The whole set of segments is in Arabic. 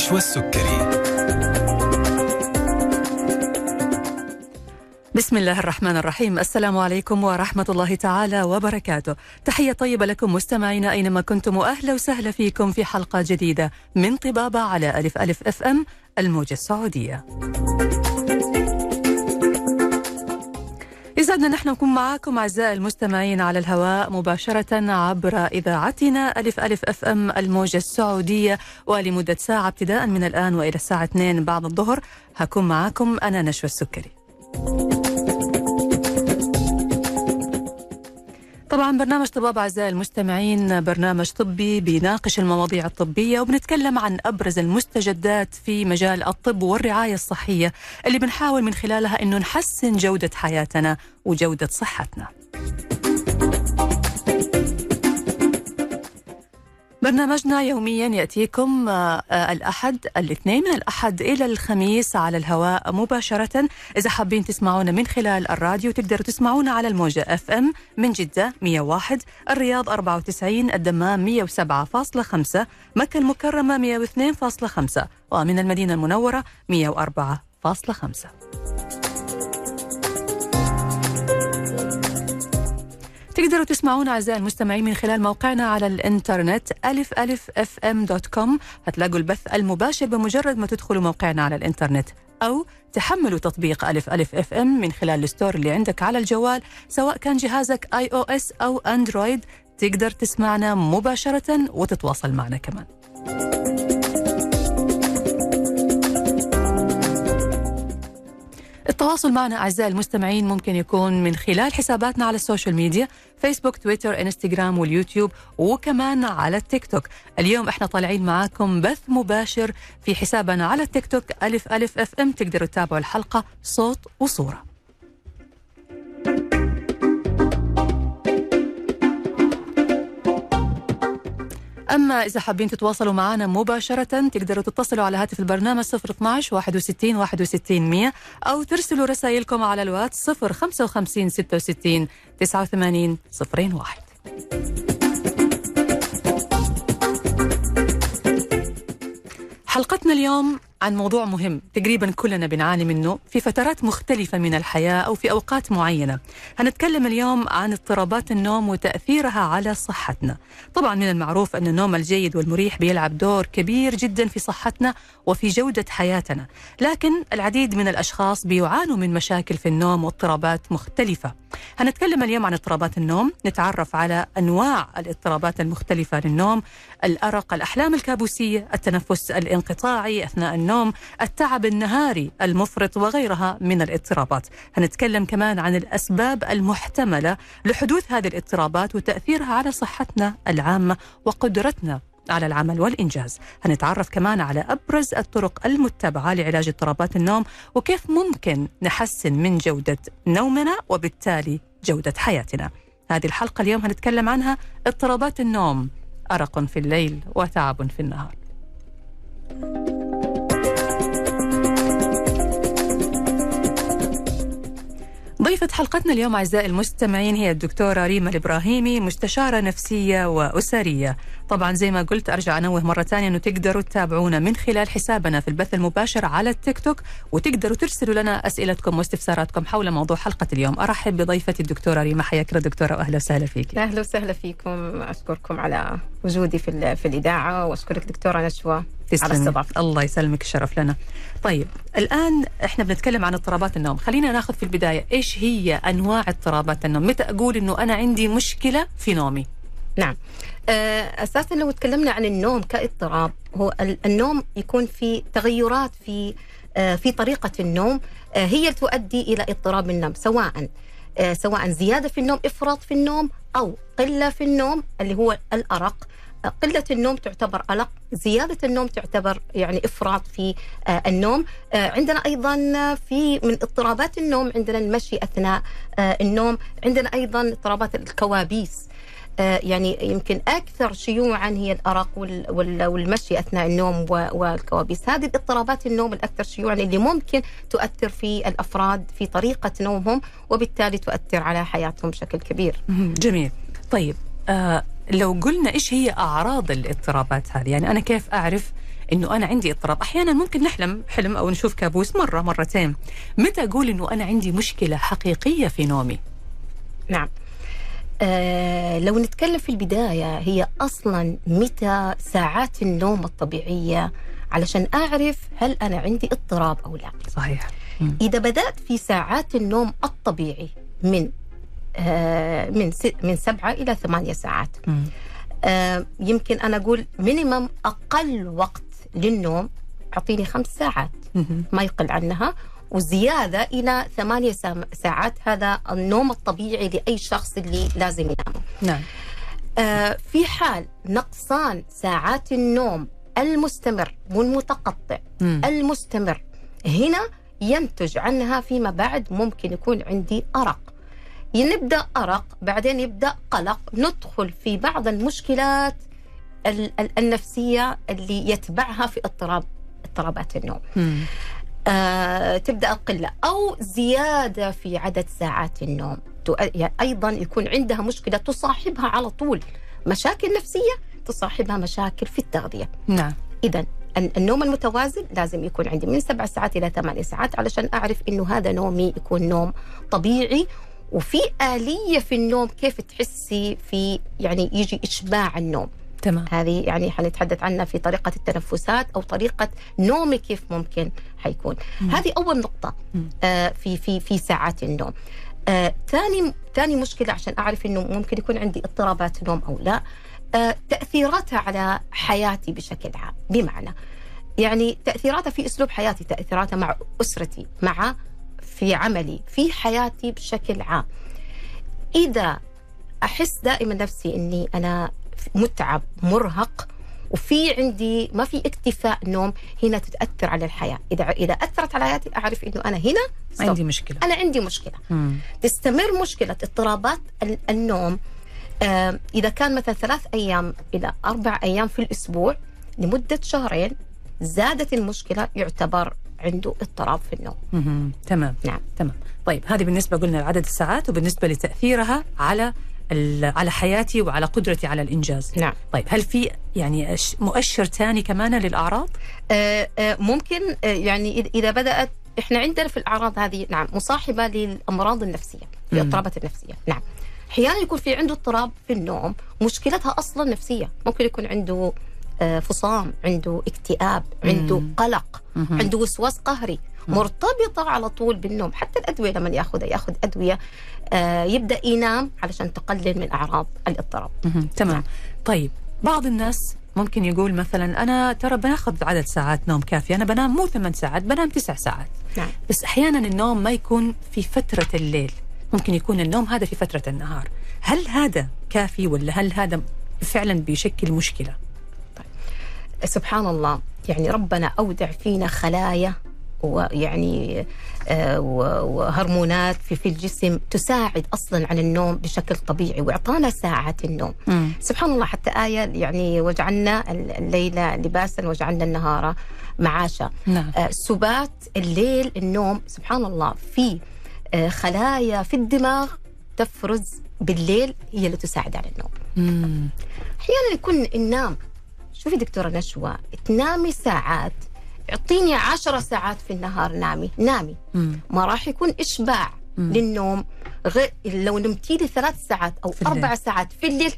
نشوى السكري. بسم الله الرحمن الرحيم. السلام عليكم ورحمة الله تعالى وبركاته. تحية طيبة لكم مستمعين أينما كنتم، وأهلا وسهلا فيكم في حلقة جديدة من طبابة على ألف ألف اف ام الموجة السعودية. يسعدنا نحن نكون معاكم أعزائي المستمعين على الهواء مباشرة عبر إذاعتنا ألف ألف اف ام الموجة السعودية، ولمدة ساعة ابتداء من الآن وإلى الساعة 2 بعد الظهر هكون معاكم أنا نشوى السكري. طبعا برنامج طبابة أعزائي المستمعين برنامج طبي بيناقش المواضيع الطبية، وبنتكلم عن أبرز المستجدات في مجال الطب والرعاية الصحية اللي بنحاول من خلالها أنه نحسن جودة حياتنا وجودة صحتنا. برنامجنا يوميا يأتيكم الأحد الاثنين من الأحد إلى الخميس على الهواء مباشرة. إذا حابين تسمعونا من خلال الراديو تقدروا تسمعونا على الموجة اف ام من جدة 101، الرياض 94، الدمام 107.5، مكة المكرمة 102.5، ومن المدينة المنورة 104.5. تقدروا تسمعونا أعزائي المستمعين من خلال موقعنا على الإنترنت alifalifm.com. هتلاقوا البث المباشر بمجرد ما تدخلوا موقعنا على الإنترنت، أو تحملوا تطبيق ألف ألف اف ام من خلال الستور اللي عندك على الجوال، سواء كان جهازك iOS أو أندرويد. تقدر تسمعنا مباشرة وتتواصل معنا كمان. التواصل معنا أعزائي المستمعين ممكن يكون من خلال حساباتنا على السوشيال ميديا، فيسبوك، تويتر، انستغرام واليوتيوب، وكمان على التيك توك. اليوم احنا طالعين معاكم بث مباشر في حسابنا على التيك توك ألف ألف اف ام. تقدروا تتابعوا الحلقة صوت وصورة. أما إذا حابين تتواصلوا معنا مباشرة تقدروا تتصلوا على هاتف البرنامج 012 61 61 100، أو ترسلوا رسائلكم على الواتس 055 66 89 01. حلقتنا اليوم عن موضوع مهم تقريبا كلنا بنعاني منه في فترات مختلفة من الحياة أو في أوقات معينة. هنتكلم اليوم عن اضطرابات النوم وتأثيرها على صحتنا. طبعا من المعروف أن النوم الجيد والمريح بيلعب دور كبير جدا في صحتنا وفي جودة حياتنا، لكن العديد من الأشخاص بيعانوا من مشاكل في النوم واضطرابات مختلفة. هنتكلم اليوم عن اضطرابات النوم، نتعرف على أنواع الاضطرابات المختلفة للنوم، الأرق، الأحلام الكابوسية، التنفس الانقطاعي أثناء النوم، التعب النهاري المفرط وغيرها من الاضطرابات. هنتكلم كمان عن الأسباب المحتملة لحدوث هذه الاضطرابات وتأثيرها على صحتنا العامة وقدرتنا على العمل والإنجاز. هنتعرف كمان على أبرز الطرق المتبعة لعلاج اضطرابات النوم، وكيف ممكن نحسن من جودة نومنا وبالتالي جودة حياتنا. هذه الحلقة اليوم هنتكلم عنها: اضطرابات النوم، أرق في الليل وتعب في النهار. ضيفة حلقتنا اليوم أعزائي المستمعين هي الدكتورة ريما الإبراهيمي، مستشارة نفسية وأسرية. طبعا زي ما قلت أرجع أنوه مرة ثانية أنه تقدروا تتابعونا من خلال حسابنا في البث المباشر على التيك توك، وتقدروا ترسلوا لنا أسئلتكم واستفساراتكم حول موضوع حلقة اليوم. أرحب بضيفتي الدكتورة ريما. حياك دكتورة وأهلا وسهلا فيك. أهلا وسهلا فيكم. أشكركم على وجودي في الإذاعة، وأشكرك دكتورة نشوى على استضافتك. الله يسلمك، الشرف لنا. طيب الآن إحنا بنتكلم عن اضطرابات النوم. خلينا ناخذ في البداية إيش هي أنواع اضطرابات النوم؟ متى أقول إنه أنا عندي مشكلة في نومي؟ نعم، أساسا لو تكلمنا عن النوم كاضطراب، هو النوم يكون في تغيرات في طريقة النوم هي تؤدي إلى اضطراب النوم، سواء زيادة في النوم، إفراط في النوم، أو قلة في النوم اللي هو الأرق. قلة النوم تعتبر قلق، زيادة النوم تعتبر يعني إفراط في النوم. عندنا أيضا في من اضطرابات النوم عندنا المشي أثناء النوم، عندنا أيضا اضطرابات الكوابيس. يعني يمكن أكثر شيوعا هي الأرق والمشي أثناء النوم والكوابيس. هذه اضطرابات النوم الأكثر شيوعا اللي ممكن تؤثر في الأفراد في طريقة نومهم، وبالتالي تؤثر على حياتهم بشكل كبير. جميل. طيب لو قلنا إيش هي أعراض الاضطرابات هذه، يعني أنا كيف أعرف إنه أنا عندي اضطراب؟ أحيانا ممكن نحلم حلم أو نشوف كابوس مرة مرتين. متى أقول إنه أنا عندي مشكلة حقيقية في نومي؟ نعم. لو نتكلم في البداية، هي أصلا متى ساعات النوم الطبيعية علشان أعرف هل أنا عندي اضطراب أو لا. صحيح. إذا بدأت في ساعات النوم الطبيعي من 7 إلى 8 ساعات، يمكن أنا أقول مينيمم أقل وقت للنوم أعطيني 5 ساعات ما يقل عنها، وزيادة إلى 8 ساعات. هذا النوم الطبيعي لأي شخص اللي لازم ينام. نعم. في حال نقصان ساعات النوم المستمر والمتقطع المستمر، هنا ينتج عنها فيما بعد ممكن يكون عندي أرق. يبدأ أرق، بعدين يبدأ قلق، ندخل في بعض المشكلات النفسية اللي يتبعها في اضطرابات النوم. تبدأ القلة أو زيادة في عدد ساعات النوم، أيضا يكون عندها مشكلة تصاحبها على طول مشاكل نفسية، تصاحبها مشاكل في التغذية. نعم. إذن النوم المتوازن لازم يكون عندي من 7 ساعات إلى 8 ساعات علشان أعرف إنه هذا نومي يكون نوم طبيعي. وفي آلية في النوم كيف تحسي في يعني يجي إشباع النوم. تمام. هذه يعني حنتحدث عنها في طريقة التنفسات أو طريقة نومي كيف ممكن حيكون. هذه أول نقطة في ساعات النوم. ثاني مشكلة عشان أعرف إنه ممكن يكون عندي اضطرابات نوم أو لا، تأثيراتها على حياتي بشكل عام. بمعنى يعني تأثيراتها في أسلوب حياتي، تأثيراتها مع أسرتي، في عملي، في حياتي بشكل عام. إذا أحس دائما نفسي إني أنا متعب مرهق وفي عندي ما في اكتفاء نوم، هنا تتأثر على الحياة. إذا أثرت على حياتي أعرف إنه أنا هنا عندي مشكلة. أنا عندي مشكلة. تستمر مشكلة اضطرابات النوم إذا كان مثلا 3 أيام إلى 4 أيام في الأسبوع لمدة 2 شهرين، زادت المشكلة، يعتبر عنده اضطراب في النوم. تمام. نعم. تمام. طيب هذه بالنسبة قلنا لعدد الساعات وبالنسبة لتأثيرها على حياتي وعلى قدرتي على الإنجاز. نعم. طيب هل في يعني مؤشر ثاني كمان للأعراض؟ ممكن يعني إذا بدأت، إحنا عندنا في الأعراض هذه نعم مصاحبة للأمراض النفسية، الاضطرابات النفسية. نعم. أحيانا يكون في عنده اضطراب في النوم مشكلتها أصلا نفسية، ممكن يكون عنده فصام، عنده اكتئاب، عنده قلق، عنده وسواس قهري، مرتبطة على طول بالنوم. حتى الأدوية لما ياخذ أدوية يبدأ ينام علشان تقلل من أعراض الاضطراب. تمام. نعم. طيب بعض الناس ممكن يقول مثلا أنا ترى بناخذ عدد ساعات نوم كافية، أنا بنام مو 8 ساعات، بنام 9 ساعات. نعم. بس أحيانا النوم ما يكون في فترة الليل، ممكن يكون النوم هذا في فترة النهار. هل هذا كافي ولا هل هذا فعلا بيشكل مشكلة؟ سبحان الله، يعني ربنا أودع فينا خلايا ويعني وهرمونات في الجسم تساعد أصلا على النوم بشكل طبيعي، وإعطانا ساعات النوم. سبحان الله، حتى آية يعني وجعلنا الليل لباسا وجعلنا النهار معاشا. نعم. سبات الليل النوم، سبحان الله، في خلايا في الدماغ تفرز بالليل هي اللي تساعد على النوم. أحيانا يكون ننام، شوفي دكتورة نشوى، تنامي ساعات، اعطيني 10 ساعات في النهار نامي ما راح يكون إشباع للنوم. لو نمتي لي 3 ساعات أو 4 ساعات في الليل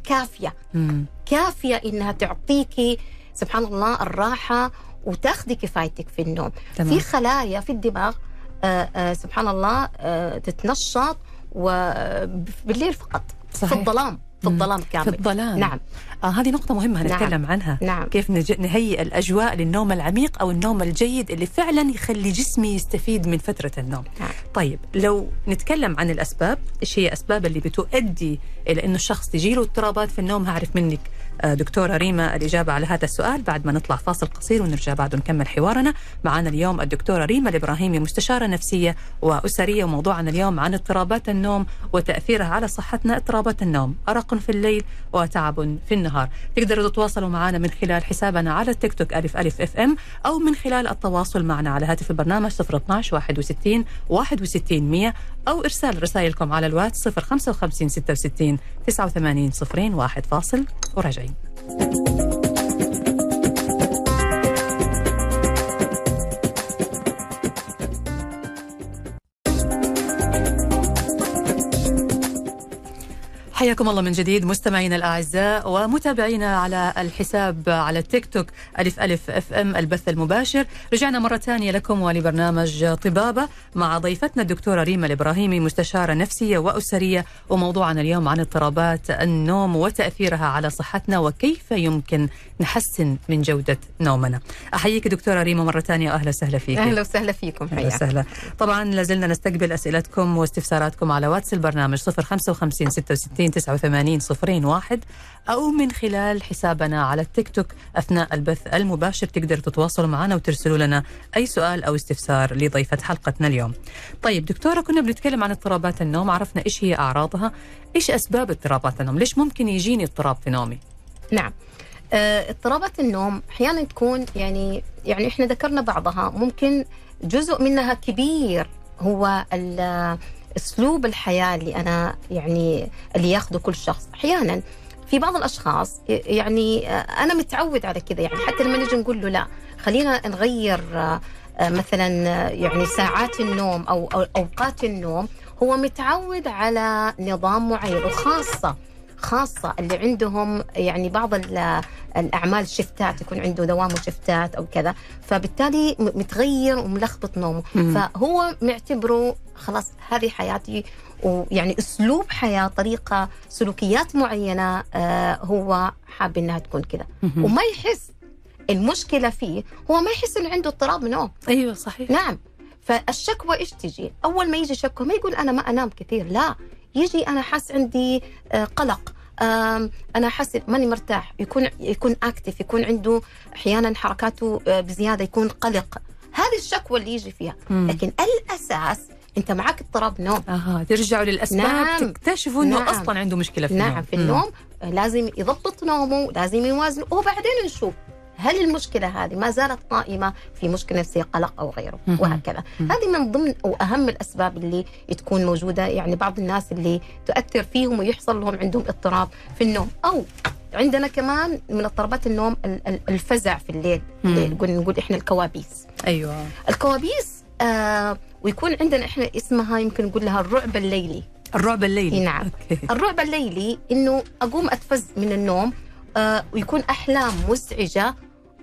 كافية إنها تعطيكي سبحان الله الراحة وتاخدي كفايتك في النوم. في خلايا في الدماغ سبحان الله تتنشط وبالليل فقط. صحيح. في الظلام كامل. في الظلام. نعم. هذه نقطة مهمة هنتكلم عنها. نعم. كيف نهيئ الأجواء للنوم العميق أو النوم الجيد اللي فعلا يخلي جسمي يستفيد من فترة النوم. نعم. طيب لو نتكلم عن الأسباب، إيش هي أسباب اللي بتؤدي إلى إنه الشخص تجيله اضطرابات في النوم؟ هعرف منك دكتورة ريما الإجابة على هذا السؤال بعد ما نطلع فاصل قصير ونرجع بعد نكمل حوارنا. معنا اليوم الدكتورة ريما الإبراهيمي، مستشارة نفسية وأسرية، وموضوعنا اليوم عن اضطرابات النوم وتأثيرها على صحتنا. اضطرابات النوم، أرق في الليل وتعب في النهار. تقدروا تتواصلوا معنا من خلال حسابنا على التيك توك @FM أو من خلال التواصل معنا على هاتف البرنامج 012 61 61 100 أو إرسال رسائلكم على الواتس 055 66 89 01. فاصل وراجعين. حياكم الله من جديد مستمعينا الأعزاء ومتابعينا على الحساب على التيك توك ألف اف ام البث المباشر. رجعنا مرة ثانية لكم ولبرنامج طبابة مع ضيفتنا الدكتورة ريما الإبراهيمي، مستشارة نفسية وأسرية، وموضوعنا اليوم عن اضطرابات النوم وتأثيرها على صحتنا وكيف يمكن نحسن من جودة نومنا. أحييك دكتورة ريما مرة ثانية، أهلا وسهلا فيك. أهلا وسهلا فيكم. أهلا وسهلا. طبعا لازلنا نستقبل أسئلتكم واستفساراتكم على واتس البرنامج 055 66 89 01 أو من خلال حسابنا على التيك توك أثناء البث المباشر. تقدر تتواصلوا معنا وترسلوا لنا أي سؤال أو استفسار لضيفة حلقتنا اليوم. طيب دكتورة، كنا بنتكلم عن اضطرابات النوم، عرفنا إيش هي أعراضها، إيش أسباب اضطرابات النوم، ليش ممكن يجيني اضطراب في نومي؟ نعم، اضطرابات النوم أحيانا تكون يعني إحنا ذكرنا بعضها، ممكن جزء منها كبير هو أسلوب الحياة اللي أنا اللي ياخده كل شخص. أحيانا في بعض الأشخاص أنا متعود على كذا، حتى لما نيجي نقول له لا خلينا نغير مثلا ساعات النوم أو أوقات النوم، هو متعود على نظام معين، وخاصة اللي عندهم بعض الأعمال شفتات، يكون عنده دوام وشفتات أو كذا، فبالتالي متغير وملخبط نومه. فهو معتبره خلاص هذه حياتي، أسلوب حياة، طريقة، سلوكيات معينة هو حاب إنها تكون كذا، وما يحس. المشكلة فيه هو ما يحس إنه عنده اضطراب نوم. أيوة صحيح. نعم. فالشكوى إيش تجي؟ أول ما يجي شكوى ما يقول أنا ما أنام كثير، لا، يجي أنا حاس عندي قلق، أنا حاسس ماني مرتاح، يكون أكتف، يكون عنده أحيانا حركاته بزيادة، يكون قلق. هذه الشكوى اللي يجي فيها. لكن الأساس أنت معك اضطراب نوم. ترجعوا للأسباب. نعم. تكتشفوا أنه أصلا عنده مشكلة في النوم. نعم، في النوم لازم يضبط نومه، لازم يوازنه، وبعدين نشوف هل المشكلة هذه ما زالت قائمة في مشكلة نفسية، قلق أو غيره، وهكذا. هذه من ضمن وأهم الأسباب اللي تكون موجودة. بعض الناس اللي تؤثر فيهم ويحصل لهم عندهم اضطراب في النوم. أو عندنا كمان من اضطرابات النوم الفزع في الليل، نقول إحنا الكوابيس. أيوة، الكوابيس. ويكون عندنا إحنا اسمها يمكن نقول لها الرعب الليلي. الرعب الليلي. نعم. الرعب الليلي إنه أقوم أتفز من النوم، ويكون أحلام مزعجة،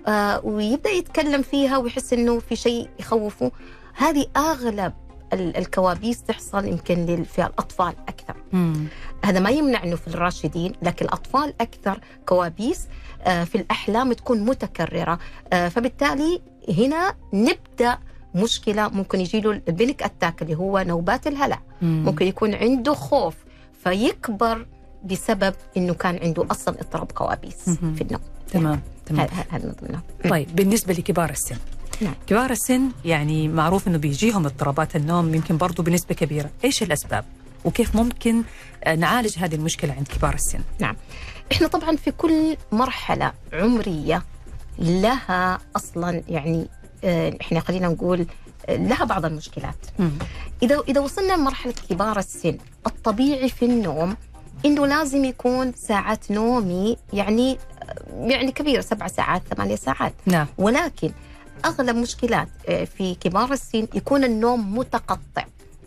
ويبدأ يتكلم فيها ويحس إنه في شيء يخوفه. هذه أغلب الكوابيس تحصل يمكن في الأطفال أكثر. هذا ما يمنع إنه في الراشدين، لكن الأطفال أكثر كوابيس في الأحلام تكون متكررة. فبالتالي هنا نبدأ مشكلة، ممكن يجيله البانيك أتاك اللي هو نوبات الهلع. ممكن يكون عنده خوف فيكبر بسبب إنه كان عنده أصلا اضطراب كوابيس في النوم. تمام. هذا من ضمنها. طيب بالنسبة لكبار السن. نعم. كبار السن معروف إنه بيجيهم اضطرابات النوم يمكن برضو بنسبة كبيرة. إيش الأسباب وكيف ممكن نعالج هذه المشكلة عند كبار السن؟ نعم، إحنا طبعا في كل مرحلة عمرية لها أصلا إحنا خلينا نقول لها بعض المشكلات. إذا وصلنا لمرحلة كبار السن، الطبيعي في النوم إنه لازم يكون ساعات نومي كبيرة، 7 ساعات 8 ساعات. نعم. ولكن أغلب مشكلات في كبار السن يكون النوم متقطع.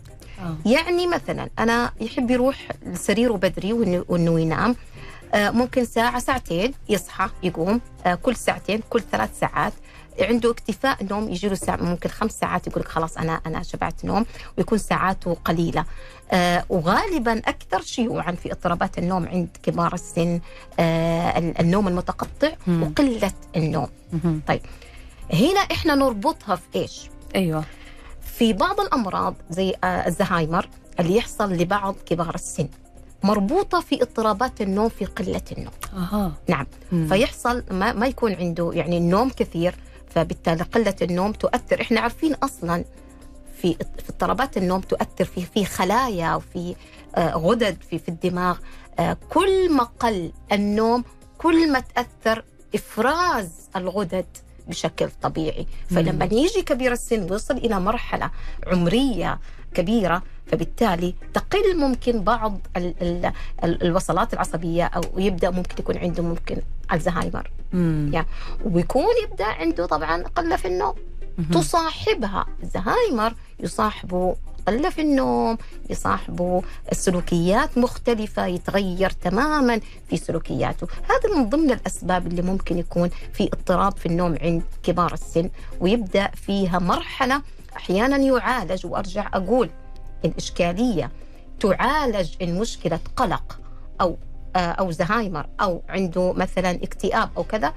مثلا أنا يحب يروح لسريره بدري وإنه ينام، ممكن ساعة ساعتين يصحى يقوم، كل ساعتين كل 3 ساعات عنده اكتفاء نوم، يجي له ساعة ممكن 5 ساعات يقول لك خلاص أنا شبعت نوم، ويكون ساعاته قليلة. وغالبا أكثر شيوعا في اضطرابات النوم عند كبار السن النوم المتقطع وقلة النوم. طيب هنا إحنا نربطها في إيش؟ أيوة، في بعض الأمراض زي الزهايمر اللي يحصل لبعض كبار السن مربوطة في اضطرابات النوم في قلة النوم. نعم. فيحصل ما يكون عنده النوم كثير، فبالتالي قلة النوم تؤثر. إحنا عارفين أصلا في اضطرابات النوم تؤثر في خلايا وفي غدد في الدماغ. كل ما قل النوم كل ما تأثر إفراز الغدد بشكل طبيعي. فلما يجي كبير السن ويصل إلى مرحلة عمرية كبيرة، فبالتالي تقل ممكن بعض الوصلات العصبية، أو يبدأ ممكن يكون عنده ممكن الزهايمر، ويكون يبدأ عنده طبعا قلة في النوم. تصاحبها الزهايمر، يصاحبه قلة في النوم، يصاحبه سلوكيات مختلفة، يتغير تماما في سلوكياته. هذا من ضمن الأسباب اللي ممكن يكون في اضطراب في النوم عند كبار السن، ويبدأ فيها مرحلة أحيانا يعالج. وأرجع أقول الإشكالية تعالج المشكلة قلق أو زهايمر أو عنده مثلا اكتئاب أو كذا،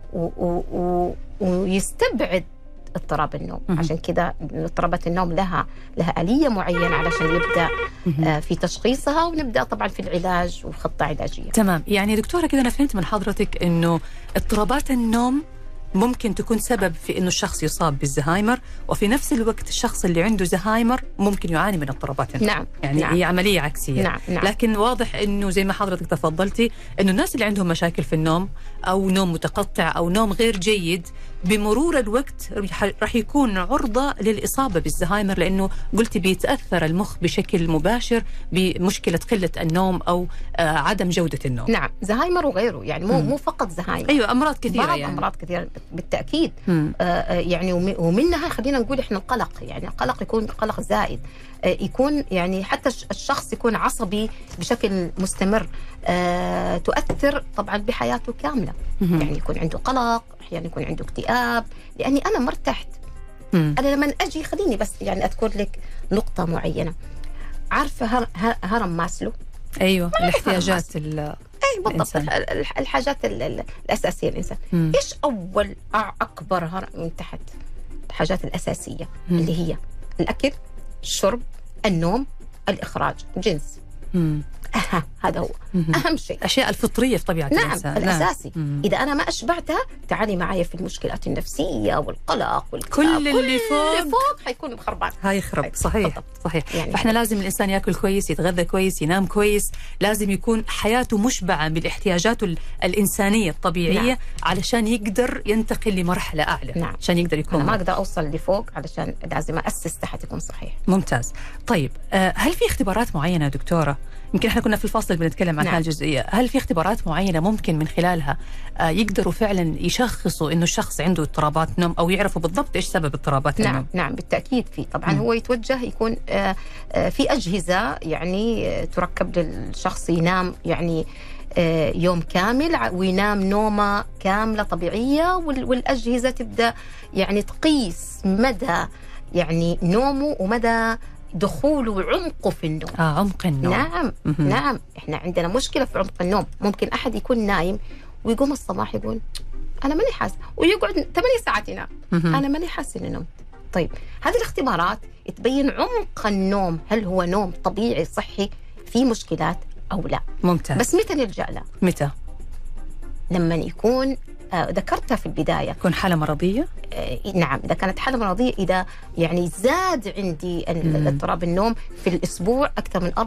ويستبعد اضطراب النوم. عشان كده اضطرابات النوم لها آلية معينة علشان يبدأ في تشخيصها، ونبدأ طبعا في العلاج وخطة علاجية. تمام. يعني دكتورة كده أنا فهمت من حضرتك إنه اضطرابات النوم ممكن تكون سبب في إنه الشخص يصاب بالزهايمر، وفي نفس الوقت الشخص اللي عنده زهايمر ممكن يعاني من اضطرابات النوم. نعم. يعني نعم. هي عملية عكسية. نعم. نعم. لكن واضح إنه زي ما حضرتك تفضلتي إنه الناس اللي عندهم مشاكل في النوم أو نوم متقطع أو نوم غير جيد بمرور الوقت رح يكون عرضة للإصابة بالزهايمر، لأنه قلتي بيتأثر المخ بشكل مباشر بمشكلة قلة النوم أو عدم جودة النوم. نعم، زهايمر وغيره، يعني مو فقط زهايمر. أيوة، أمراض كثيرة، بعض يعني أمراض كثيرة بالتأكيد. يعني ومنها خلينا نقول إحنا القلق، يعني القلق يكون قلق زائد، يكون يعني حتى الشخص يكون عصبي بشكل مستمر، تؤثر طبعا بحياته كاملة. يعني يكون عنده قلق، أحيانا يكون عنده اكتئاب، لأني أنا ما ارتحت. أنا لما أجي خليني بس يعني أذكر لك نقطة معينة. عارفة هرم ماسلو؟ أيوة، الاحتياجات أي بالضبط، الحاجات الأساسية للإنسان. إيش أول أكبر هرم من تحت؟ الحاجات الأساسية اللي هي الأكل، الشرب، النوم، الإخراج، جنس. هذا هو أهم شيء، الأشياء الفطرية في طبيعة الإنسان. الأساسي. إذا أنا ما أشبعتها تعالي معايا في المشكلات النفسية والقلق كل اللي فوق حيكون مخربان، هيخرب. صحيح. يعني فإحنا لازم الإنسان يأكل كويس، يتغذى كويس، ينام كويس، لازم يكون حياته مشبعة بالاحتياجات الإنسانية الطبيعية. نعم. علشان يقدر ينتقل لمرحلة أعلى. نعم. عشان يقدر يكون، أنا ما أقدر أوصل لفوق علشان لازم أسس تحت يكون صحيح. ممتاز. طيب هل في اختبارات معينة دكتورة؟ يمكن احنا كنا في الفاصل بنتكلم عن هالجزئية. هل في اختبارات معينة ممكن من خلالها يقدروا فعلا يشخصوا إنه الشخص عنده اضطرابات نوم، أو يعرفوا بالضبط إيش سبب اضطرابات النوم؟ نعم بالتأكيد في. طبعا هو يتوجه، يكون في أجهزة يعني تركب للشخص ينام يعني يوم كامل، وينام نومة كاملة طبيعية، والأجهزة تبدأ يعني تقيس مدى يعني نومه ومدى دخوله وعمقه في النوم. عمق النوم. نعم. نعم، احنا عندنا مشكلة في عمق النوم. ممكن أحد يكون نايم ويقوم الصباح يقول أنا ماني حاسس، ويقعد 8 ساعات ينام، أنا ماني حاسس إني نمت. طيب هذه الاختبارات تبين عمق النوم، هل هو نوم طبيعي صحي في مشكلات أو لا. ممتاز. بس متى نلجأ له؟ متى؟ لما يكون ذكرتها في البداية، يكون حالة مرضية. نعم، إذا كانت حالة مرضية، إذا يعني زاد عندي اضطراب النوم في الأسبوع أكثر من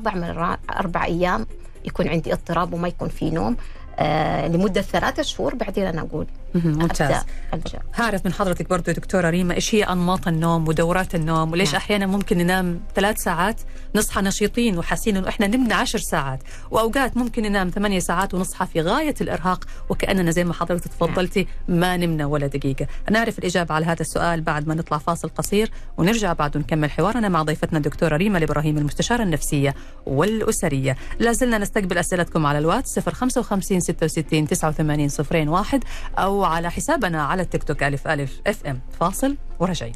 4 أيام يكون عندي اضطراب وما يكون في نوم لمدة 3 شهور، بعدين أنا أقول ممتاز. هعرف من حضرتك برضو دكتورة ريما إيش هي أنماط النوم ودورات النوم، وليش أحيانا ممكن ننام 3 ساعات نصحى نشيطين وحاسين إنه إحنا نمنا 10 ساعات، وأوقات ممكن ننام 8 ساعات ونصحى في غاية الإرهاق وكأننا زي ما حضرتك تفضلتي ما نمنا ولا دقيقة. نعرف الإجابة على هذا السؤال بعد ما نطلع فاصل قصير، ونرجع بعد نكمل حوارنا مع ضيفتنا الدكتورة ريما الإبراهيم، المستشارة النفسية والأسرية. لازلنا نستقبل أسئلتكم على الواتس 055 66 89 01 أو على حسابنا على التيك توك ألف اف ام. فاصل ورجعين.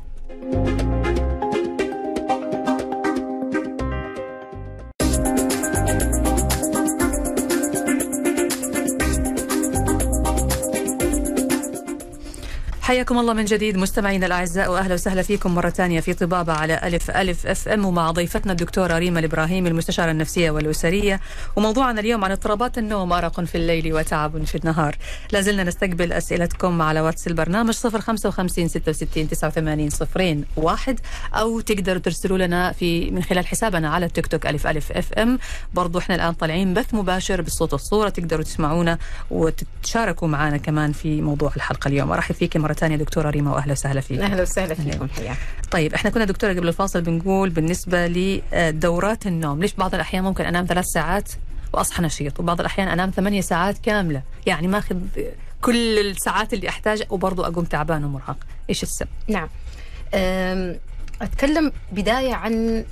حياكم الله من جديد مستمعينا الأعزاء، وأهلا وسهلا فيكم مرة ثانية في طبابة على ألف اف ام، ومع ضيفتنا الدكتورة ريما الإبراهيم المستشارة النفسية والأسرية. وموضوعنا اليوم عن اضطرابات النوم، أرق في الليل وتعب في النهار. لازلنا نستقبل أسئلتكم على واتس البرنامج 055 66 89 01 أو تقدروا ترسلوا لنا من خلال حسابنا على التيك توك ألف اف ام. برضو احنا الآن طالعين بث مباشر بالصوت والصورة، تقدروا تسمعونا وتتشاركوا معنا كمان في موضوع الحلقة اليوم. أرحب فيك مرة ثانية دكتورة ريما، وأهلا وسهلا فيك. أهلا وسهلا فيكم. حياك. طيب احنا كنا دكتورة قبل الفاصل بنقول بالنسبة لدورات النوم، ليش بعض الأحيان ممكن أنام 3 ساعات وأصحى نشيط، وبعض الأحيان أنام 8 ساعات كاملة، يعني ماخذ كل الساعات اللي أحتاجها وبرضو أقوم تعبان ومرهق. إيش السبب؟ نعم، أتكلم بداية عن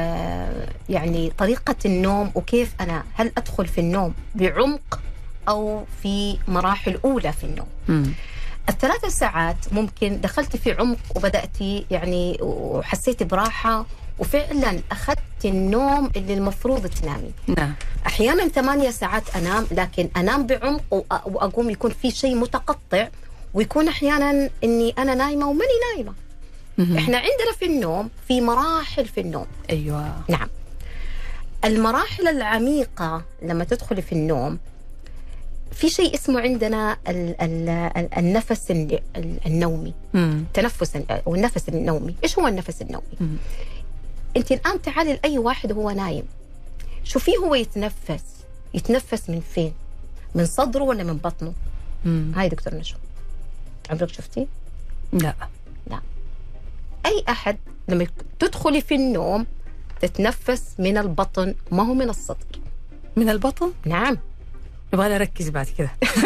يعني طريقة النوم، وكيف أنا هل أدخل في النوم بعمق أو في مراحل أولى في النوم. ال3 ساعات ممكن دخلت في عمق وبدأتي يعني وحسيتي براحة وفعلا أخذت النوم اللي المفروض تنامي. نعم. أحيانا 8 ساعات أنام، لكن أنام بعمق وأقوم يكون في شيء متقطع، ويكون أحيانا إني أنا نايمة وماني نايمة. إحنا عندنا في النوم في مراحل في النوم. أيوة. نعم. المراحل العميقة لما تدخلي في النوم في شيء اسمه عندنا النفس النومي. تنفس والنفس النومي. إيش هو النفس النومي؟ أنت الآن تعالي لأي واحد وهو نايم، شوفيه هو يتنفس من فين؟ من صدره ولا من بطنه؟ هاي دكتور نشوى، عمرك شفتي؟ لا. أي أحد لما تدخلي في النوم تتنفس من البطن، ما هو من الصدر. من البطن؟ نعم. يبغى أركز بعد كده.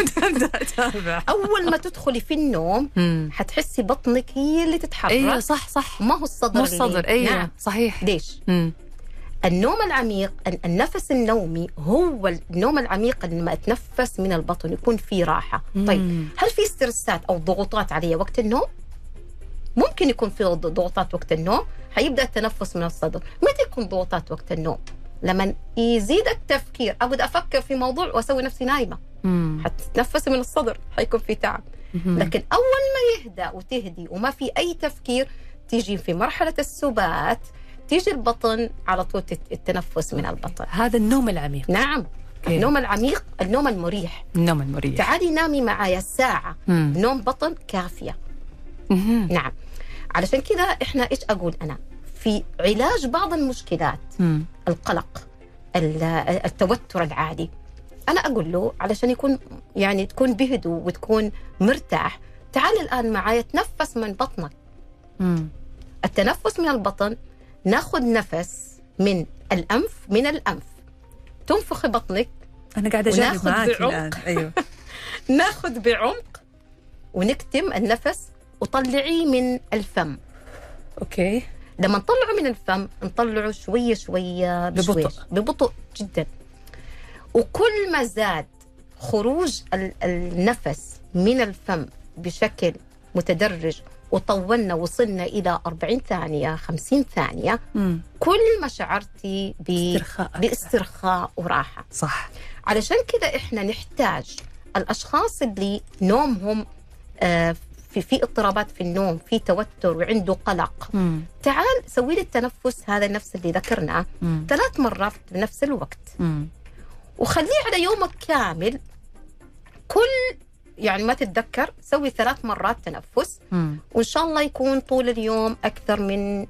أول ما تدخلي في النوم حتحسي بطنك هي اللي تتحرك. أيوة صح. ما هو الصدر. أيوة. نعم. صحيح. ليش؟ النوم العميق، النفس النومي هو النوم العميق لما أتنفس من البطن يكون فيه راحة. طيب هل في سترسات أو ضغوطات علي وقت النوم؟ ممكن يكون في ضغوطات وقت النوم، حيبدأ التنفس من الصدر. متى يكون ضغوطات وقت النوم؟ لما يزيد التفكير، أقعد أفكر في موضوع وأسوي نفسي نايمة، حتتنفس من الصدر، حيكون في تعب. لكن أول ما يهدأ وتهدي وما في أي تفكير، تيجي في مرحلة السبات، تيجي البطن على طول التنفس من البطن. هذا النوم العميق. نعم. النوم العميق، النوم المريح. تعالي نامي معايا ساعة نوم بطن كافية. نعم. علشان كده إحنا إيش أقول أنا في علاج بعض المشكلات، القلق، التوتر العالي، أنا أقول له علشان يكون يعني تكون بهدوء وتكون مرتاح، تعال الآن معايا تنفس من بطنك. التنفس من البطن، ناخذ نفس من الأنف، تنفخ بطنك. أنا قاعدة أجرب معاك الآن. أيوه. ناخذ بعمق ونكتم النفس وطلعيه من الفم. أوكي. لما نطلعه من الفم نطلعه شوية ببطء جدا. وكل ما زاد خروج النفس من الفم بشكل متدرج وطولنا وصلنا إلى 40 ثانية 50 ثانية، كل ما شعرتي باسترخاء وراحة. صح. علشان كده إحنا نحتاج الأشخاص اللي نومهم في اضطرابات في النوم، في توتر وعنده قلق، تعال سوي لي التنفس هذا نفس اللي ذكرناه 3 مرات بنفس الوقت، وخليه على يومك كامل. كل يعني ما تتذكر سوي 3 مرات تنفس، وإن شاء الله يكون طول اليوم أكثر من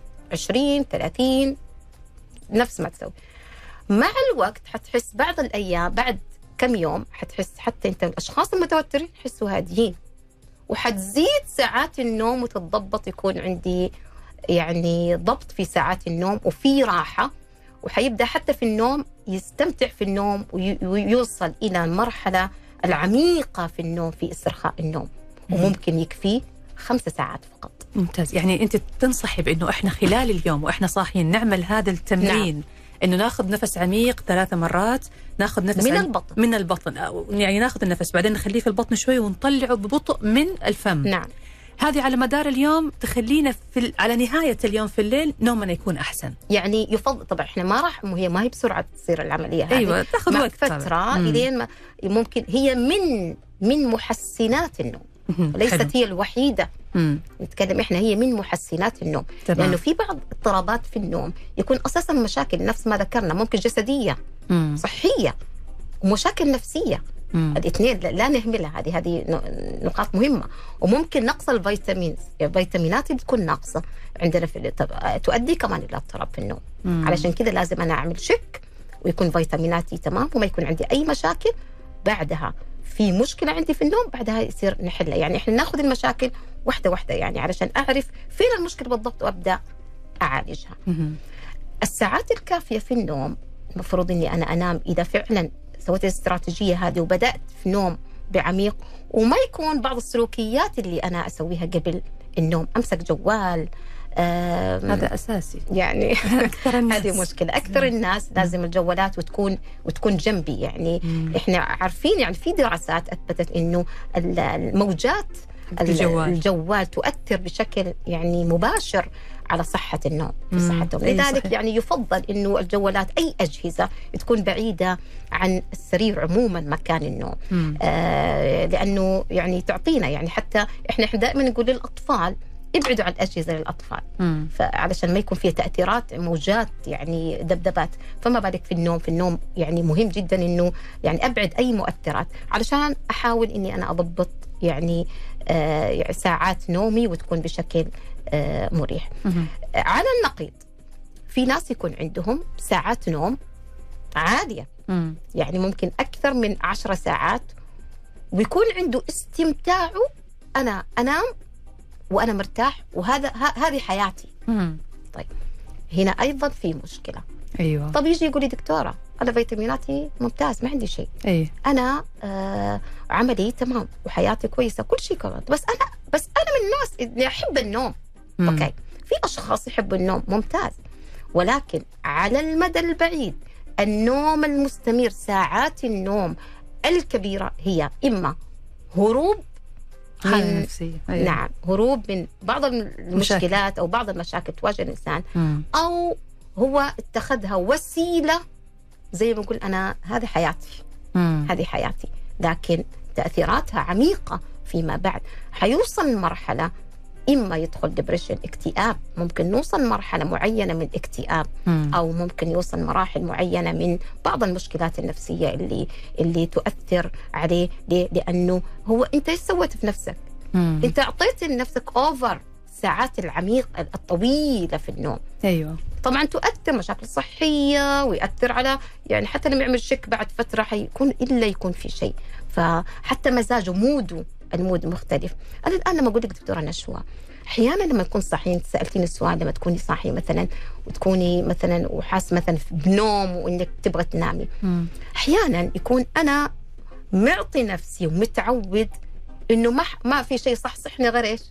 20-30 نفس ما تسوي. مع الوقت حتحس بعض الأيام، بعد كم يوم حتحس حتى أنت الأشخاص المتوترين يحسوا هاديين، وحتزيد ساعات النوم وتتضبط، يكون عندي يعني ضبط في ساعات النوم وفي راحة، وحيبدأ حتى في النوم يستمتع في النوم ويوصل إلى المرحلة العميقة في النوم، في استرخاء النوم، وممكن يكفي 5 ساعات فقط. ممتاز. يعني أنت تنصحي بأنه إحنا خلال اليوم وإحنا صاحيين نعمل هذا التمرين. نعم. إنه ناخذ نفس عميق 3 مرات، ناخذ نفس من البطن، يعني ناخذ النفس بعدين نخليه في البطن شوي ونطلعه ببطء من الفم. نعم. هذه على مدار اليوم تخلينا على نهاية اليوم في الليل نومنا يكون أحسن. يعني يفضل طبعا إحنا ما هي بسرعة تصير العملية هذه. أيوة، تاخذ وقت فترة إلين ما ممكن. هي من محسنات النوم، ليست هي الوحيدة. نتكلم إحنا هي من محسنات النوم. تمام. لأنه في بعض اضطرابات في النوم يكون أساسا مشاكل نفس ما ذكرنا، ممكن جسدية صحية ومشاكل نفسية. الاثنين لا نهملها، هذه نقاط مهمة. وممكن نقص الفيتامينات اللي تكون ناقصة عندنا تؤدي كمان إلى اضطراب في النوم. علشان كده لازم أنا أعمل شك ويكون فيتاميناتي تمام وما يكون عندي أي مشاكل. بعدها في مشكلة عندي في النوم، بعدها يصير نحلها. يعني إحنا ناخذ المشاكل واحدة واحدة، يعني علشان أعرف فين المشكلة بالضبط وأبدأ أعالجها. الساعات الكافية في النوم المفروض إني أنا أنام إذا فعلا سويت الاستراتيجية هذه وبدأت في نوم بعميق، وما يكون بعض السلوكيات اللي أنا أسويها قبل النوم، أمسك جوال، هذا أساسي يعني أكثر الناس. هذه مشكلة. أكثر الناس لازم الجوالات وتكون جنبي. يعني إحنا عارفين، يعني في دراسات أثبتت إنه الموجات الجوال تؤثر بشكل يعني مباشر على صحة النوم، في صحة النوم. لذلك صحيح. يعني يفضل إنه الجوالات أي أجهزة تكون بعيدة عن السرير عموما مكان النوم. لأنه يعني تعطينا، يعني حتى إحنا دائما نقول للأطفال ابعدوا عن الأجهزة للأطفال، فعلشان ما يكون فيها تأثيرات موجات يعني دبدبات، فما بالك في النوم. في النوم يعني مهم جدا إنه يعني أبعد أي مؤثرات، علشان أحاول إني أنا أضبط يعني ساعات نومي وتكون بشكل مريح. على النقيض في ناس يكون عندهم ساعات نوم عالية، يعني ممكن أكثر من 10 ساعات، ويكون عنده استمتاعه، أنا أنام وأنا مرتاح هذه حياتي. طيب هنا أيضا في مشكلة. أيوة. طب يجي يقول لي دكتورة أنا فيتاميناتي ممتاز، ما عندي شيء. أنا عملي تمام وحياتي كويسة، كل شيء كويس، بس أنا من الناس اللي أحب النوم. أوكي، في أشخاص يحبوا النوم ممتاز، ولكن على المدى البعيد النوم المستمر، ساعات النوم الكبيرة هي إما هروب من نعم هروب من بعض المشكلات أو بعض المشاكل تواجه الإنسان، أو هو اتخذها وسيلة زي ما نقول أنا هذه حياتي، هذه حياتي، لكن تأثيراتها عميقة فيما بعد. حيوصل لمرحلة إما يدخل ديبريشن، اكتئاب، ممكن نوصل مرحلة معينة من اكتئاب، أو ممكن يوصل مراحل معينة من بعض المشكلات النفسية اللي تؤثر عليه. لأنه هو أنت إيش سويت في نفسك؟ أنت أعطيت لنفسك أوفر ساعات العميقة الطويلة في النوم. أيوة. طبعا تؤثر مشاكل صحية، ويؤثر على يعني حتى لما يعمل شك بعد فترة حيكون إلا يكون في شيء، فحتى مزاجه المود مختلف. أنا الآن لما أقول لك دكتورة نشوى، أحيانا لما نكون صاحيين، سألتيني السؤال، لما تكوني صاحية مثلا وتكوني مثلا وحاس مثلا بنوم وإنك تبغى تنامي، أحيانا يكون أنا معطي نفسي ومتعود إنه ما في شيء صحصحني غير إيش؟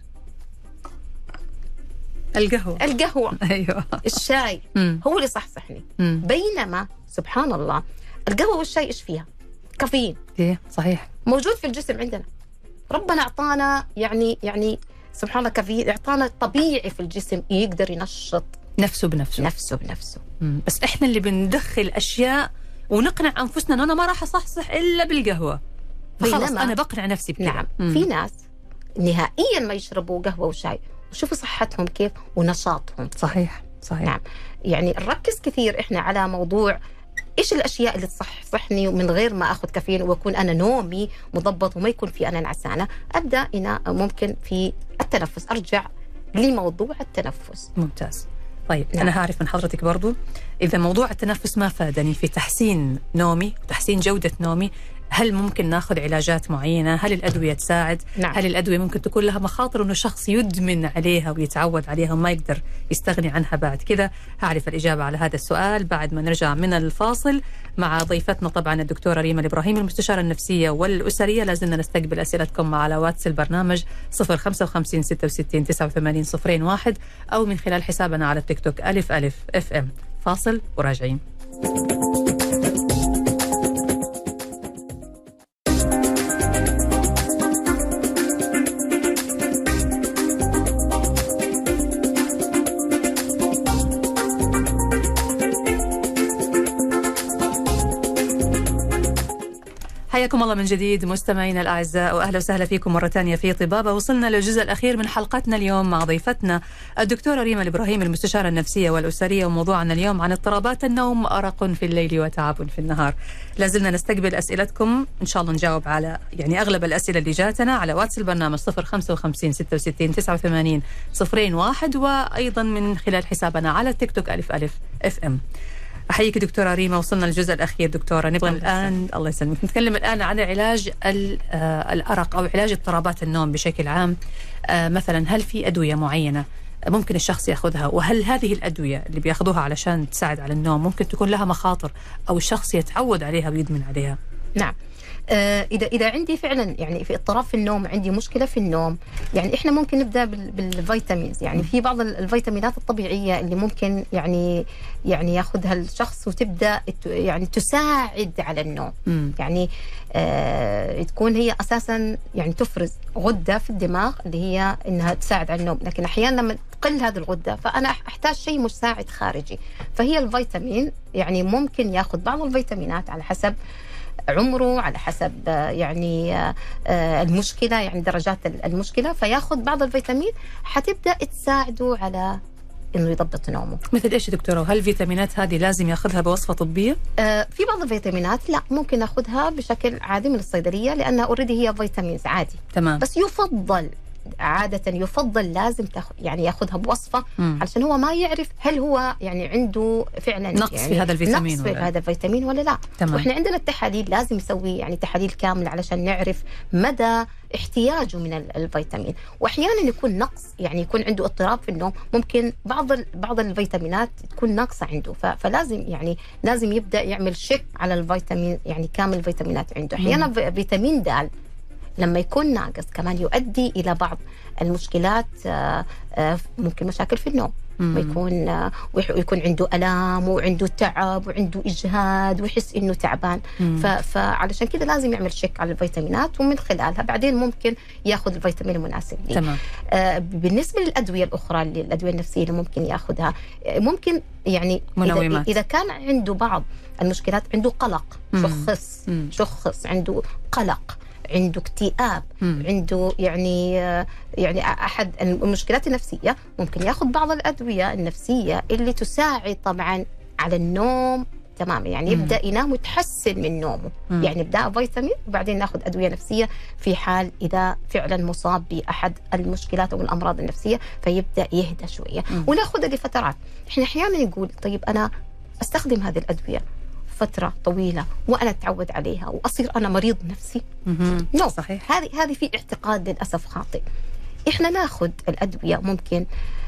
القهوة. أيوة. الشاي هو اللي صحصحني. بينما سبحان الله القهوة والشاي إيش فيها؟ كافيين. إيه صحيح، موجود في الجسم عندنا. ربنا أعطانا يعني سبحان الله كافيين، أعطانا طبيعي في الجسم يقدر ينشط نفسه بنفسه. بس إحنا اللي بندخل أشياء ونقنع أنفسنا أنه أنا ما راح أصحصح إلا بالقهوة، فخلاص أنا بقنع نفسي بكده. نعم. في ناس نهائيا ما يشربوا قهوة وشاي، وشوفوا صحتهم كيف ونشاطهم. صحيح. نعم. يعني نركز كثير إحنا على موضوع إيش الأشياء اللي تصحصحني من غير ما أخذ كافيين، ويكون أنا نومي مضبط وما يكون في أنا نعسانة. أبدأ هنا ممكن في التنفس، أرجع لموضوع التنفس. ممتاز. طيب نعم. أنا هعرف من حضرتك برضو إذا موضوع التنفس ما فادني في تحسين نومي وتحسين جودة نومي، هل ممكن ناخذ علاجات معينة؟ هل الأدوية تساعد؟ نعم. هل الأدوية ممكن تكون لها مخاطر إنه شخص يدمن عليها ويتعود عليها وما يقدر يستغني عنها بعد كذا؟ هعرف الإجابة على هذا السؤال بعد ما نرجع من الفاصل مع ضيفتنا طبعا الدكتورة ريما الإبراهيمي، المستشارة النفسية والأسرية. لازلنا نستقبل أسئلتكم على واتس البرنامج 055 66 89 01 أو من خلال حسابنا على التيك توك ألف FM. فاصل وراجعين. حياكم الله من جديد مستمعينا الأعزاء، وأهلا وسهلا فيكم مرة ثانية في طبابة. وصلنا للجزء الأخير من حلقتنا اليوم مع ضيفتنا الدكتورة ريما الإبراهيمي، المستشارة النفسية والأسرية، وموضوعنا اليوم عن اضطرابات النوم، أرق في الليل وتعب في النهار. لازلنا نستقبل أسئلتكم، إن شاء الله نجاوب على يعني أغلب الأسئلة اللي جاتنا على واتس البرنامج 055 66 89 01 وأيضا من خلال حسابنا على التيك توك ألف FM. أحييك دكتورة ريما. وصلنا للجزء الأخير دكتورة، نبغى الآن الله يسلمك نتكلم الآن عن علاج الأرق أو علاج اضطرابات النوم بشكل عام. مثلا هل في أدوية معينة ممكن الشخص يأخذها؟ وهل هذه الأدوية اللي بيأخذوها علشان تساعد على النوم ممكن تكون لها مخاطر أو الشخص يتعود عليها ويدمن عليها؟ نعم. إذا عندي فعلا يعني في اضطراب في النوم، عندي مشكلة في النوم، يعني إحنا ممكن نبدأ بالفيتامينز. يعني في بعض الفيتامينات الطبيعية اللي ممكن يعني ياخذها الشخص وتبدأ يعني تساعد على النوم. يعني تكون هي أساسا يعني تفرز غدة في الدماغ اللي هي إنها تساعد على النوم، لكن أحيانا لما تقل هذه الغدة فأنا أحتاج شيء مساعد خارجي. فهي الفيتامين يعني ممكن ياخذ بعض الفيتامينات على حسب عمره، على حسب يعني المشكلة، يعني درجات المشكلة، فياخذ بعض الفيتامين حتبدأ تساعده على إنه يضبط نومه. مثل إيش دكتورة؟ وهل الفيتامينات هذه لازم ياخذها بوصفة طبية؟ في بعض الفيتامينات لا، ممكن ناخذها بشكل عادي من الصيدلية لأنها أوريدي هي فيتامينز عادي. تمام. بس يفضل لازم يعني ياخذها بوصفة علشان هو ما يعرف هل هو يعني عنده فعلا نقص يعني في هذا الفيتامين، نقص في هذا الفيتامين ولا لا. تمام. واحنا عندنا التحاليل لازم نسوي يعني تحاليل كاملة علشان نعرف مدى احتياجه من الفيتامين. واحيانا يكون نقص، يعني يكون عنده اضطراب في النوم، ممكن بعض الفيتامينات تكون ناقصة عنده، فلازم يعني لازم يبدأ يعمل شيك على الفيتامين، يعني كامل الفيتامينات عنده. احيانا فيتامين د لما يكون ناقص كمان يؤدي إلى بعض المشكلات، ممكن مشاكل في النوم، ويكون عنده ألام وعنده تعب وعنده إجهاد ويحس إنه تعبان. فعلشان كده لازم يعمل شيك على الفيتامينات، ومن خلالها بعدين ممكن ياخذ الفيتامين المناسب ليه. تمام. بالنسبة للأدوية الأخرى، الأدوية النفسية اللي ممكن ياخذها، ممكن يعني منومات. إذا كان عنده بعض المشكلات، عنده قلق، شخص عنده قلق، عنده اكتئاب، عنده يعني أحد المشكلات النفسية، ممكن ياخذ بعض الأدوية النفسية اللي تساعد طبعا على النوم تماما. يعني يبدأ ينام وتحسن من نومه. يعني يبدأ فيتامين وبعدين ناخذ أدوية نفسية في حال إذا فعلا مصاب بأحد المشكلات أو الأمراض النفسية، فيبدأ يهدى شوية. وناخذها لفترات. إحنا أحيانا نقول طيب أنا أستخدم هذه الأدوية فترة طويلة وأنا أتعود عليها وأصير أنا مريض نفسي. نو. صحيح. هذه في اعتقاد للأسف خاطئ. إحنا ناخذ الأدوية ممكن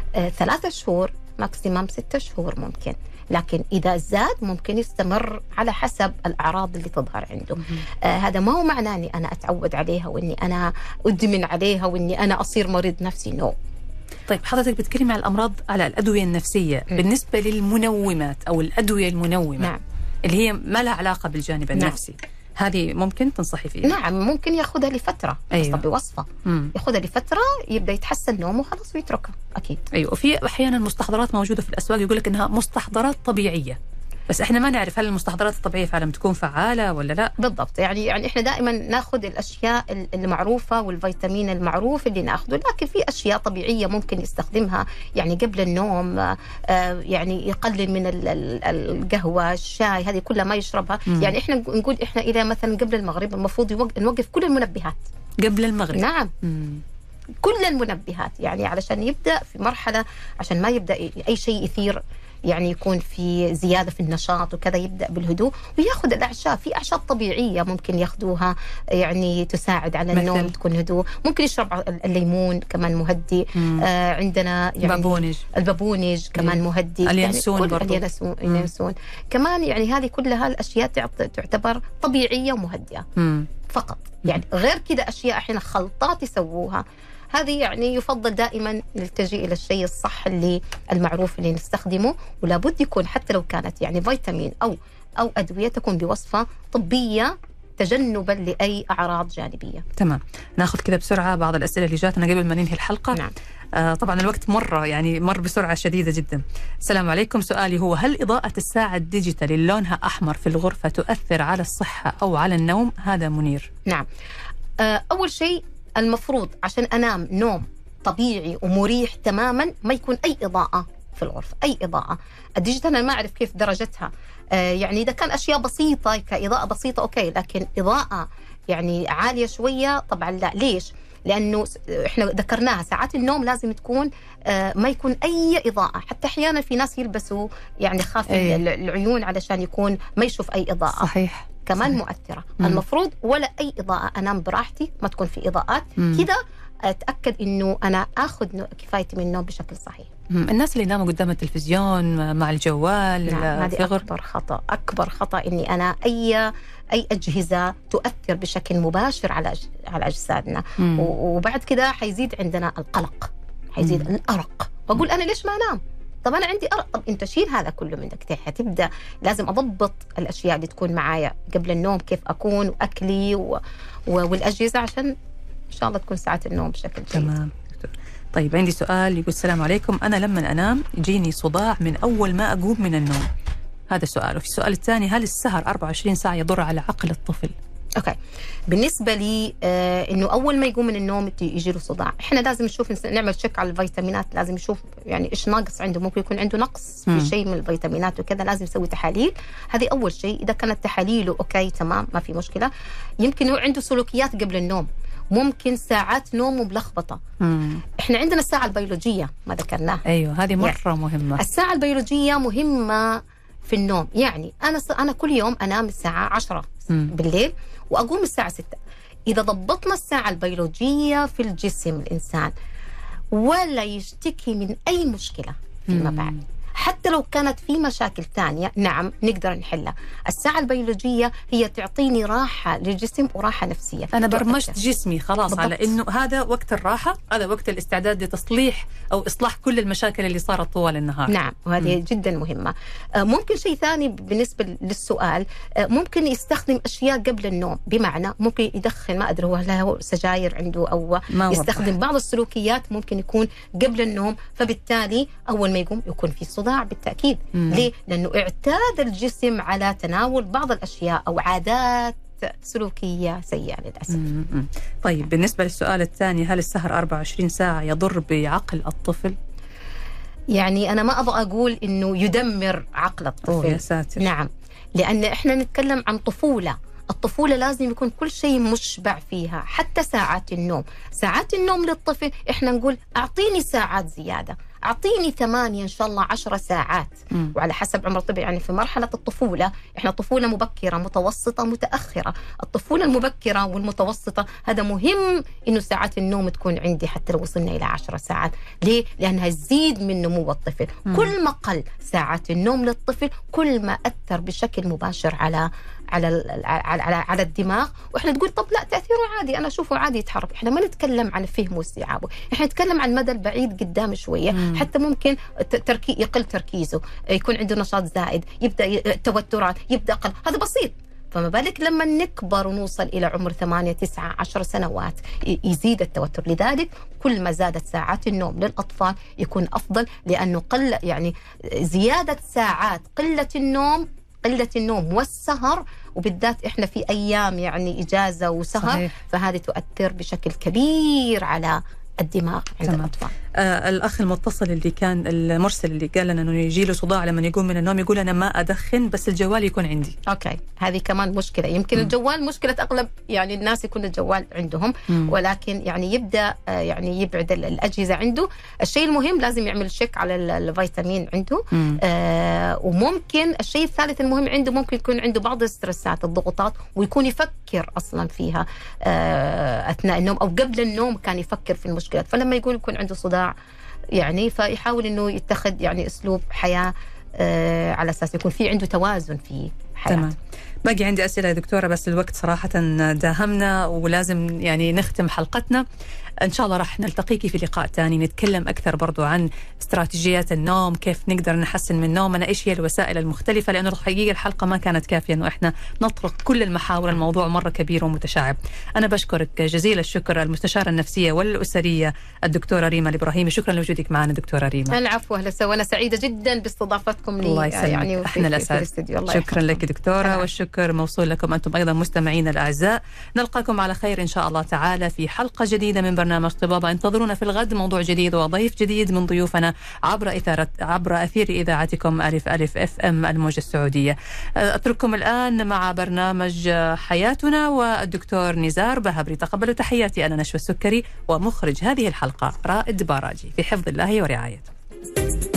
3 شهور ماكسيمم 6 شهور ممكن، لكن إذا زاد ممكن يستمر على حسب الأعراض اللي تظهر عنده. هذا ما هو معناه أني أنا أتعود عليها وإني أنا أدمن عليها وإني أنا أصير مريض نفسي. نو. طيب حضرتك بتكلمي على الأمراض، على الأدوية النفسية. بالنسبة للمنومات أو الأدوية المنومة، نعم، اللي هي ما لها علاقة بالجانب النفسي، هذه ممكن تنصحي فيها؟ نعم، ممكن ياخذها لفترة. أيوة. بوصفة ياخذها لفترة، يبدأ يتحسن نومه وخلاص ويتركها. أكيد. أيوة. وفي أحيانا مستحضرات موجودة في الأسواق يقول لك إنها مستحضرات طبيعية، بس إحنا ما نعرف هل المستحضرات الطبيعية فعلا تكون فعالة ولا لا. بالضبط. يعني إحنا دائما ناخذ الأشياء المعروفة والفيتامين المعروف اللي ناخذه، لكن في أشياء طبيعية ممكن يستخدمها يعني قبل النوم، يعني يقلل من القهوة، الشاي، هذه كلها ما يشربها. يعني إحنا نقول إحنا إلى مثلا قبل المغرب المفروض نوقف كل المنبهات قبل المغرب. نعم. كل المنبهات، يعني علشان يبدأ في مرحلة، عشان ما يبدأ أي شيء يثير، يعني يكون في زيادة في النشاط وكذا، يبدأ بالهدوء وياخذ الأعشاب. في أعشاب طبيعية ممكن ياخذوها يعني تساعد على النوم، تكون هدوء. ممكن يشرب الليمون كمان مهدي. عندنا يعني البابونج كمان مهدي. اليانسون يعني اليانسون كمان. يعني هذه كلها الأشياء تعتبر طبيعية ومهدئة فقط. يعني غير كده أشياء أحيانا خلطات يسووها، هذه يعني يفضل دائما نلتجئ إلى الشيء الصح اللي المعروف اللي نستخدمه. ولا بد يكون حتى لو كانت يعني فيتامين أو أدوية تكون بوصفة طبية تجنبا لأي أعراض جانبية. تمام. ناخذ كذا بسرعة بعض الأسئلة اللي جاتنا قبل ما ننهي الحلقة. نعم. طبعا الوقت مر بسرعة شديدة جدا. السلام عليكم، سؤالي هو: هل إضاءة الساعة الديجيتال اللي لونها أحمر في الغرفة تؤثر على الصحة أو على النوم؟ هذا منير. نعم. أول شيء المفروض عشان أنام نوم طبيعي ومريح تماما ما يكون أي إضاءة في الغرفة، أي إضاءة. الديجيتال أنا ما أعرف كيف درجتها، يعني إذا كان أشياء بسيطة كإضاءة بسيطة أوكي، لكن إضاءة يعني عالية شوية طبعا لا. ليش؟ لأنه إحنا ذكرناها ساعات النوم لازم تكون ما يكون أي إضاءة. حتى أحيانا في ناس يلبسوا يعني خاف العيون علشان يكون ما يشوف أي إضاءة. صحيح. كمان مؤثرة. المفروض ولا أي إضاءة، أنام براحتي، ما تكون في إضاءات كذا. اتاكد انه انا اخذ كفايتي من النوم بشكل صحيح. الناس اللي يناموا قدام التلفزيون مع الجوال، نعم، هذه اكبر خطا اني انا اي اجهزه تؤثر بشكل مباشر على اجسادنا. وبعد كده حيزيد عندنا القلق، حيزيد الارق، واقول انا ليش ما انام؟ طب انا عندي ارق. طب انت شيل هذا كله منك، حتبدا لازم اضبط الاشياء اللي تكون معايا قبل النوم، كيف اكون، واكلي والاجهزه، عشان ان شاء الله تكون ساعه النوم بشكل جيد. تمام. طيب عندي سؤال يقول: السلام عليكم، أنا لما أنام يجيني صداع من أول ما أقوم من النوم. هذا سؤال. وفي السؤال الثاني: هل السهر 24 ساعة يضر على عقل الطفل؟ اوكي، بالنسبه لي انه اول ما يقوم من النوم يجي له صداع، احنا لازم نشوف، نعمل تشيك على الفيتامينات، لازم نشوف يعني ايش ناقص عنده، ممكن يكون عنده نقص في شيء من الفيتامينات وكذا، لازم نسوي تحاليل. هذه اول شيء. اذا كانت تحاليله اوكي تمام ما في مشكله. يمكن هو عنده سلوكيات قبل النوم، ممكن ساعات نومه ملخبطه. احنا عندنا الساعه البيولوجيه ما ذكرناها. ايوه، هذه مره مهمه. الساعه البيولوجيه مهمه في النوم. يعني انا كل يوم انام الساعه 10 بالليل واقوم الساعه 6. اذا ضبطنا الساعه البيولوجيه في الجسم الانسان ولا يشتكي من اي مشكله فيما بعد، حتى لو كانت في مشاكل ثانية نعم نقدر نحلها. الساعة البيولوجية هي تعطيني راحة للجسم وراحة نفسية. أنا برمجت جسمي خلاص بالضبط. على إنه هذا وقت الراحة، هذا وقت الاستعداد لتصليح أو إصلاح كل المشاكل اللي صارت طوال النهار. نعم، وهذه جدا مهمة. ممكن شيء ثاني بالنسبة للسؤال، ممكن يستخدم أشياء قبل النوم، بمعنى ممكن يدخن، ما أدري هو سجاير عنده أو يستخدم بعض السلوكيات ممكن يكون قبل النوم، فبالتالي أول ما يقوم يكون في صداع بالتأكيد. ليه؟ لأنه اعتاد الجسم على تناول بعض الأشياء أو عادات سلوكية سيئة للأسف. طيب بالنسبة للسؤال الثاني: هل السهر 24 ساعة يضر بعقل الطفل؟ يعني أنا ما أبغى أقول إنه يدمر عقل الطفل. يا ساتر. نعم، لأن إحنا نتكلم عن طفولة. الطفولة لازم يكون كل شيء مشبع فيها، حتى ساعات النوم. ساعات النوم للطفل إحنا نقول أعطيني ساعات زيادة، أعطيني 8 إن شاء الله 10 ساعات. وعلى حسب عمر الطفل. يعني في مرحلة الطفولة إحنا طفولة مبكرة، متوسطة، متأخرة. الطفولة المبكرة والمتوسطة هذا مهم إنه ساعات النوم تكون عندي حتى لو وصلنا إلى 10 ساعات. ليه؟ لأنها تزيد من نمو الطفل. كل ما قل ساعات النوم للطفل كل ما أثر بشكل مباشر على الدماغ. واحنا تقول طب لا تاثيره عادي، انا اشوفه عادي يتحرك. احنا ما نتكلم عن فهمه واستيعابه، احنا نتكلم عن المدى البعيد قدام شويه. حتى ممكن يقل تركيزه، يكون عنده نشاط زائد، يبدا توترات، يبدا قلق. هذا بسيط. فما بالك لما نكبر ونوصل إلى عمر 8 9 10 سنوات يزيد التوتر. لذلك كل ما زادت ساعات النوم للأطفال يكون أفضل، لأنه يعني زيادة ساعات قلة النوم والسهر، وبالذات إحنا في أيام يعني إجازة وسهر. صحيح. فهذه تؤثر بشكل كبير على الدماغ عند الأطفال. الأخ المتصل اللي كان المرسل اللي قال لنا أنه يجي له صداع لما يقوم من النوم، يقول أنا ما أدخن بس الجوال يكون عندي. أوكي، هذه كمان مشكلة. يمكن الجوال مشكلة أغلب يعني الناس يكون الجوال عندهم، ولكن يعني يبدأ يعني يبعد الأجهزة عنده. الشيء المهم لازم يعمل شيك على الفيتامين عنده. وممكن الشيء الثالث المهم عنده ممكن يكون عنده بعض الستريسات، الضغوطات، ويكون يفكر أصلا فيها أثناء النوم أو قبل النوم كان يفكر في المشكلات. فلما يكون عنده صداع يعني فيحاول انه يتخذ يعني اسلوب حياه على اساس يكون في عنده توازن في حياته. تمام. باقي عندي اسئله يا دكتوره، بس الوقت صراحه داهمنا ولازم يعني نختم حلقتنا. ان شاء الله راح نلتقيكي في لقاء ثاني نتكلم اكثر برضو عن استراتيجيات النوم، كيف نقدر نحسن من نومنا، ايش هي الوسائل المختلفه، لانه الحقيقه الحلقه ما كانت كافيه انه احنا نطرق كل المحاور. الموضوع مره كبير ومتشعب. انا بشكرك جزيل الشكر المستشاره النفسيه والاسريه الدكتوره ريما الابراهيمي. شكرا لوجودك معنا دكتوره ريما. العفو، اهلا وسهلا، وانا سعيده جدا باستضافتكم لي يعني احنا الاسعد. شكرا لك دكتوره، والشكر موصول لكم انتم ايضا مستمعينا الاعزاء. نلقاكم على خير ان شاء الله تعالى في حلقه جديده من برنامج طبابة. انتظرونا في الغد، موضوع جديد وضيف جديد من ضيوفنا عبر أثير إذاعتكم ألف FM الموجة السعودية. أترككم الآن مع برنامج حياتنا والدكتور نزار بهبري. تقبلوا تحياتي، أنا نشوى السكري، ومخرج هذه الحلقة رائد باراجي، في حفظ الله ورعايته.